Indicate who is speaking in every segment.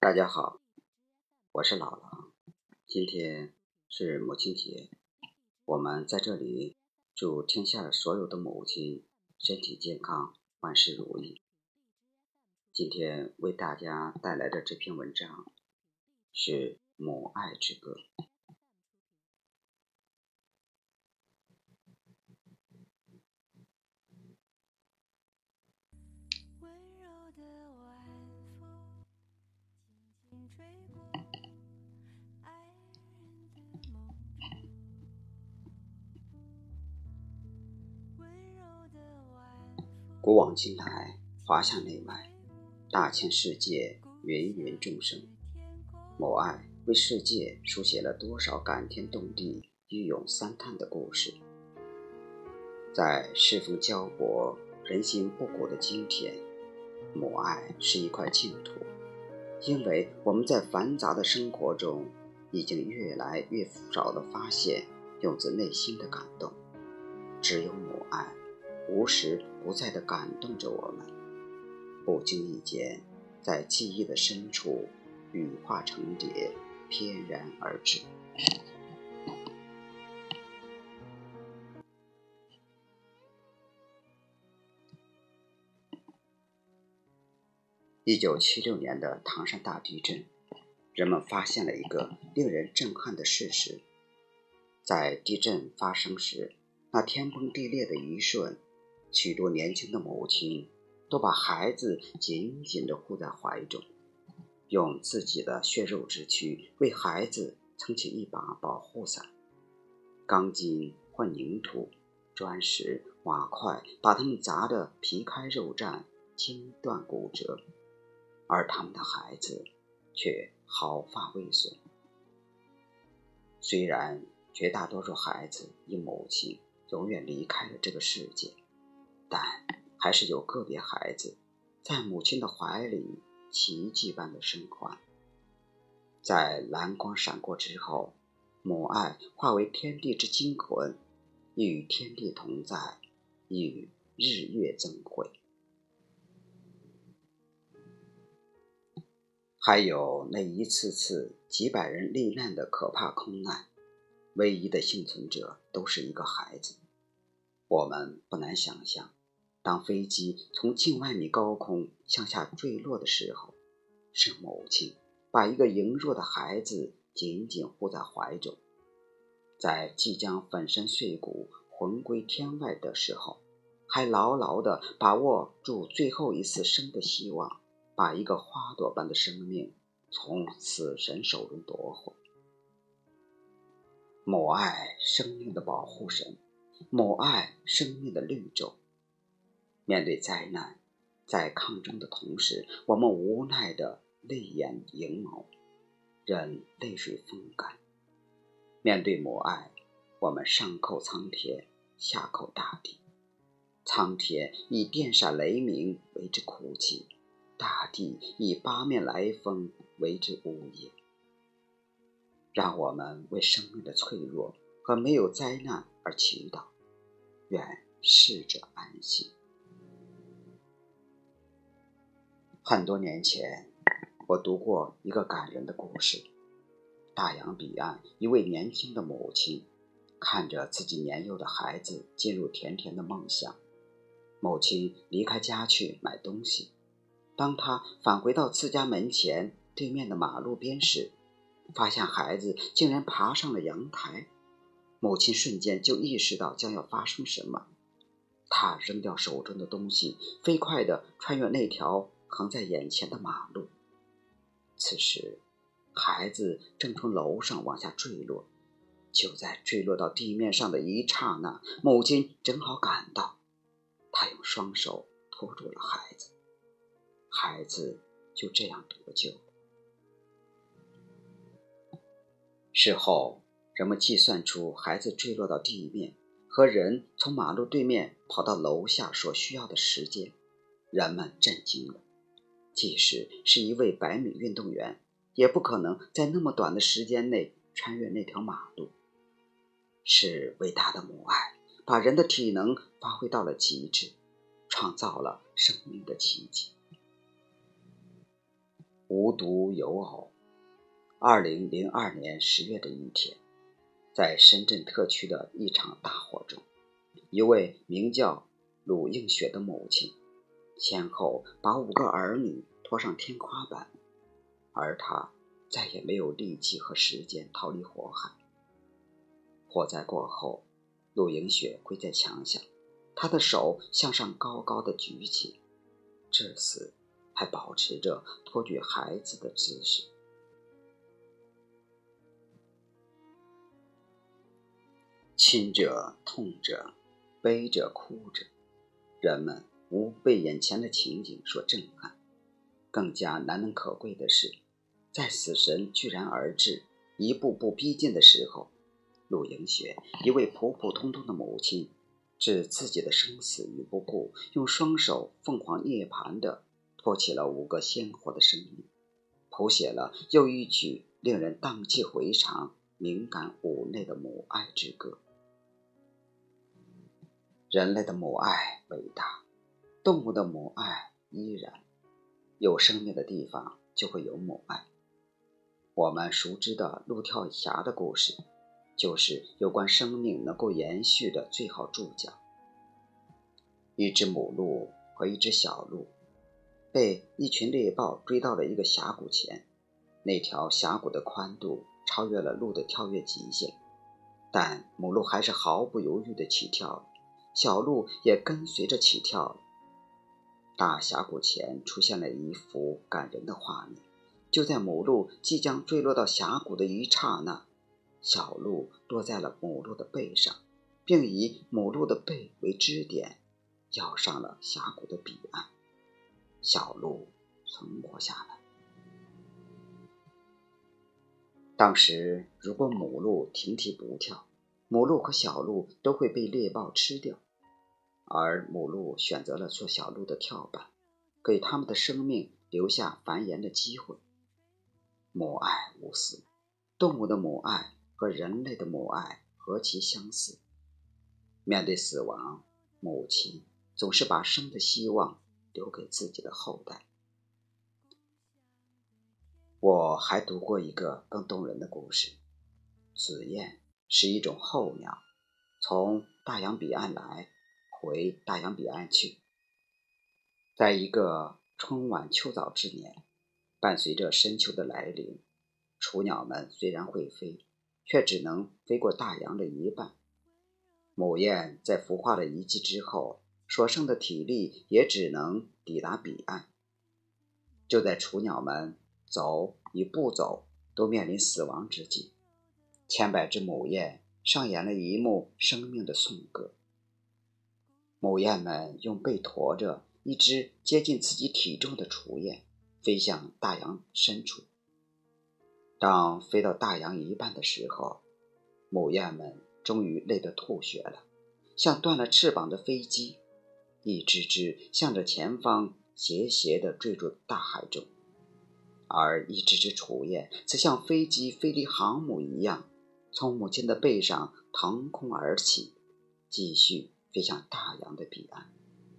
Speaker 1: 大家好，我是姥姥。今天是母亲节，我们在这里祝天下所有的母亲身体健康，万事如意。今天为大家带来的这篇文章是母爱之歌。
Speaker 2: 温柔的晚风轻轻吹过爱人的梦中，温柔的晚风
Speaker 1: 古往今来，华夏内外，大千世界，芸芸众生，母爱为世界书写了多少感天动地、欲咏三叹的故事。在世风交薄、人心不古的今天，母爱是一块净土，因为我们在繁杂的生活中已经越来越少地发现涌自内心的感动，只有母爱无时不在地感动着我们，不经意间在记忆的深处羽化成蝶，翩然而至。1976年的唐山大地震，人们发现了一个令人震撼的事实。在地震发生时，那天崩地裂的一瞬，许多年轻的母亲都把孩子紧紧地护在怀中，用自己的血肉之躯为孩子撑起一把保护伞。钢筋混凝土、砖石、瓦块把他们砸得皮开肉绽，筋断骨折，而他们的孩子却毫发未损。虽然绝大多数孩子因母亲永远离开了这个世界，但还是有个别孩子在母亲的怀里奇迹般的生还。在蓝光闪过之后，母爱化为天地之精魂，亦与天地同在，亦与日月增辉。还有那一次次几百人罹难的可怕空难，唯一的幸存者都是一个孩子。我们不难想象，当飞机从近万米高空向下坠落的时候，是母亲把一个羸弱的孩子紧紧护在怀中，在即将粉身碎骨魂归天外的时候，还牢牢地把握住最后一次生的希望，把一个花朵般的生命从死神手中夺回。母爱生命的保护神，母爱生命的绿洲。面对灾难，在抗争的同时，我们无奈的泪眼盈眸，任泪水风干。面对母爱，我们上叩苍天，下叩大地。苍天以电闪雷鸣为之哭泣，大地以八面来风为之呜咽。让我们为生命的脆弱和没有灾难而祈祷，愿逝者安息。很多年前，我读过一个感人的故事。大洋彼岸，一位年轻的母亲看着自己年幼的孩子进入甜甜的梦乡。母亲离开家去买东西，当她返回到自家门前对面的马路边时，发现孩子竟然爬上了阳台。母亲瞬间就意识到将要发生什么，她扔掉手中的东西，飞快地穿越那条横在眼前的马路。此时孩子正从楼上往下坠落，就在坠落到地面上的一刹那，母亲正好赶到，她用双手托住了孩子，孩子就这样得救。事后，人们计算出孩子坠落到地面和人从马路对面跑到楼下所需要的时间，人们震惊了。即使是一位100米运动员，也不可能在那么短的时间内穿越那条马路。是伟大的母爱把人的体能发挥到了极致，创造了生命的奇迹。 无独有偶，2002年10月的一天，在深圳特区的一场大火中，一位名叫鲁映雪的母亲先后把5个儿女拖上天花板，而她再也没有力气和时间逃离火海。火灾过后，鲁映雪跪在墙下，她的手向上高高的举起，至死还保持着托举孩子的姿势。亲者痛者，悲者哭者，人们无不被眼前的情景所震撼。更加难能可贵的是，在死神居然而至，一步步逼近的时候，鲁映雪一位普普通通的母亲，置自己的生死于不顾，用双手凤凰涅槃地托起了5个鲜活的生命，谱写了又一曲令人荡气回肠、敏感妩媚的母爱之歌。人类的母爱伟大，动物的母爱依然。有生命的地方就会有母爱。我们熟知的鹿跳峡的故事，就是有关生命能够延续的最好注脚。一只母鹿和一只小鹿被一群猎豹追到了一个峡谷前，那条峡谷的宽度超越了鹿的跳跃极限，但母鹿还是毫不犹豫地起跳了，小鹿也跟随着起跳了。大峡谷前出现了一幅感人的画面，就在母鹿即将坠落到峡谷的一刹那，小鹿落在了母鹿的背上，并以母鹿的背为支点，跃上了峡谷的彼岸。小鹿存活下来。当时如果母鹿停蹄不跳，母鹿和小鹿都会被猎豹吃掉，而母鹿选择了做小鹿的跳板，给他们的生命留下繁衍的机会。母爱无私，动物的母爱和人类的母爱何其相似。面对死亡，母亲总是把生的希望留给自己的后代。我还读过一个更动人的故事，紫燕是一种候鸟，从大洋彼岸来，回大洋彼岸去。在一个春晚秋早之年，伴随着深秋的来临，雏鸟们虽然会飞，却只能飞过大洋的一半。母燕在孵化了一季之后，所剩的体力也只能抵达彼岸。就在雏鸟们走与不走都面临死亡之际，千百只母燕上演了一幕生命的颂歌。母燕们用背驮着一只接近自己体重的雏燕，飞向大洋深处。当飞到大洋一半的时候，母燕们终于累得吐血了，像断了翅膀的飞机，一只只向着前方斜斜地坠入大海中，而一只只雏燕则像飞机飞离航母一样，从母亲的背上腾空而起，继续飞向大洋的彼岸。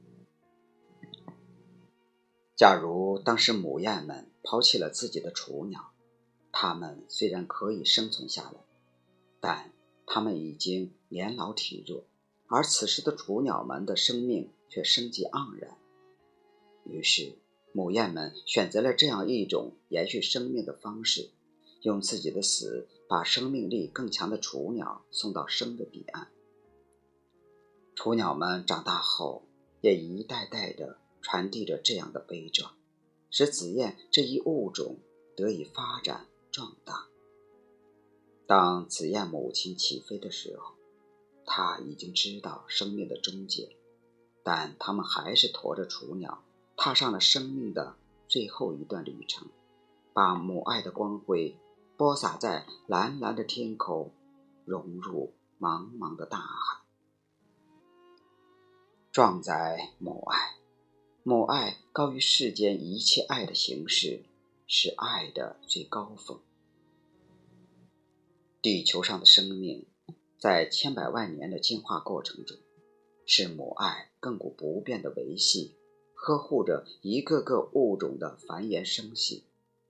Speaker 1: 假如当时母燕们抛弃了自己的雏鸟，它们虽然可以生存下来，但它们已经年老体弱，而此时的雏鸟们的生命却生机盎然。于是母燕们选择了这样一种延续生命的方式，用自己的死把生命力更强的雏鸟送到生的彼岸。雏鸟们长大后也一代代地传递着这样的悲壮，使紫燕这一物种得以发展壮大。当紫燕母亲起飞的时候，她已经知道生命的终结，但它们还是驮着雏鸟踏上了生命的最后一段旅程，把母爱的光辉播撒在蓝蓝的天空，融入茫茫的大海。壮哉母爱，母爱高于世间一切爱的形式，是爱的最高峰。地球上的生命在千百万年的进化过程中，是母爱亘古不变的维系，呵护着一个个物种的繁衍生息，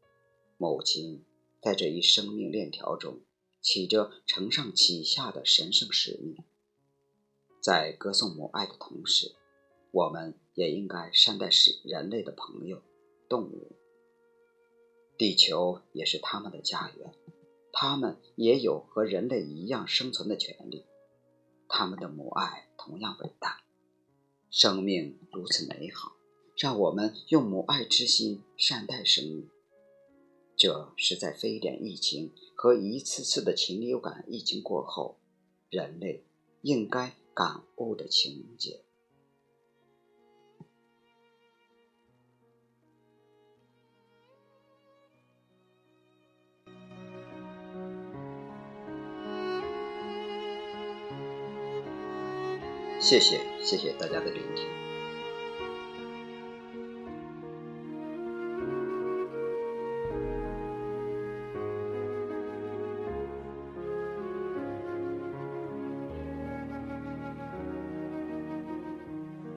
Speaker 1: 母亲在这一生命链条中起着承上启下的神圣使命。在歌颂母爱的同时，我们也应该善待人类的朋友动物。地球也是他们的家园，他们也有和人类一样生存的权利，他们的母爱同样伟大。生命如此美好，让我们用母爱之心善待生命。这是在非典疫情和一次次的禽流感疫情过后，人类应该感悟的情节。谢谢大家的聆听。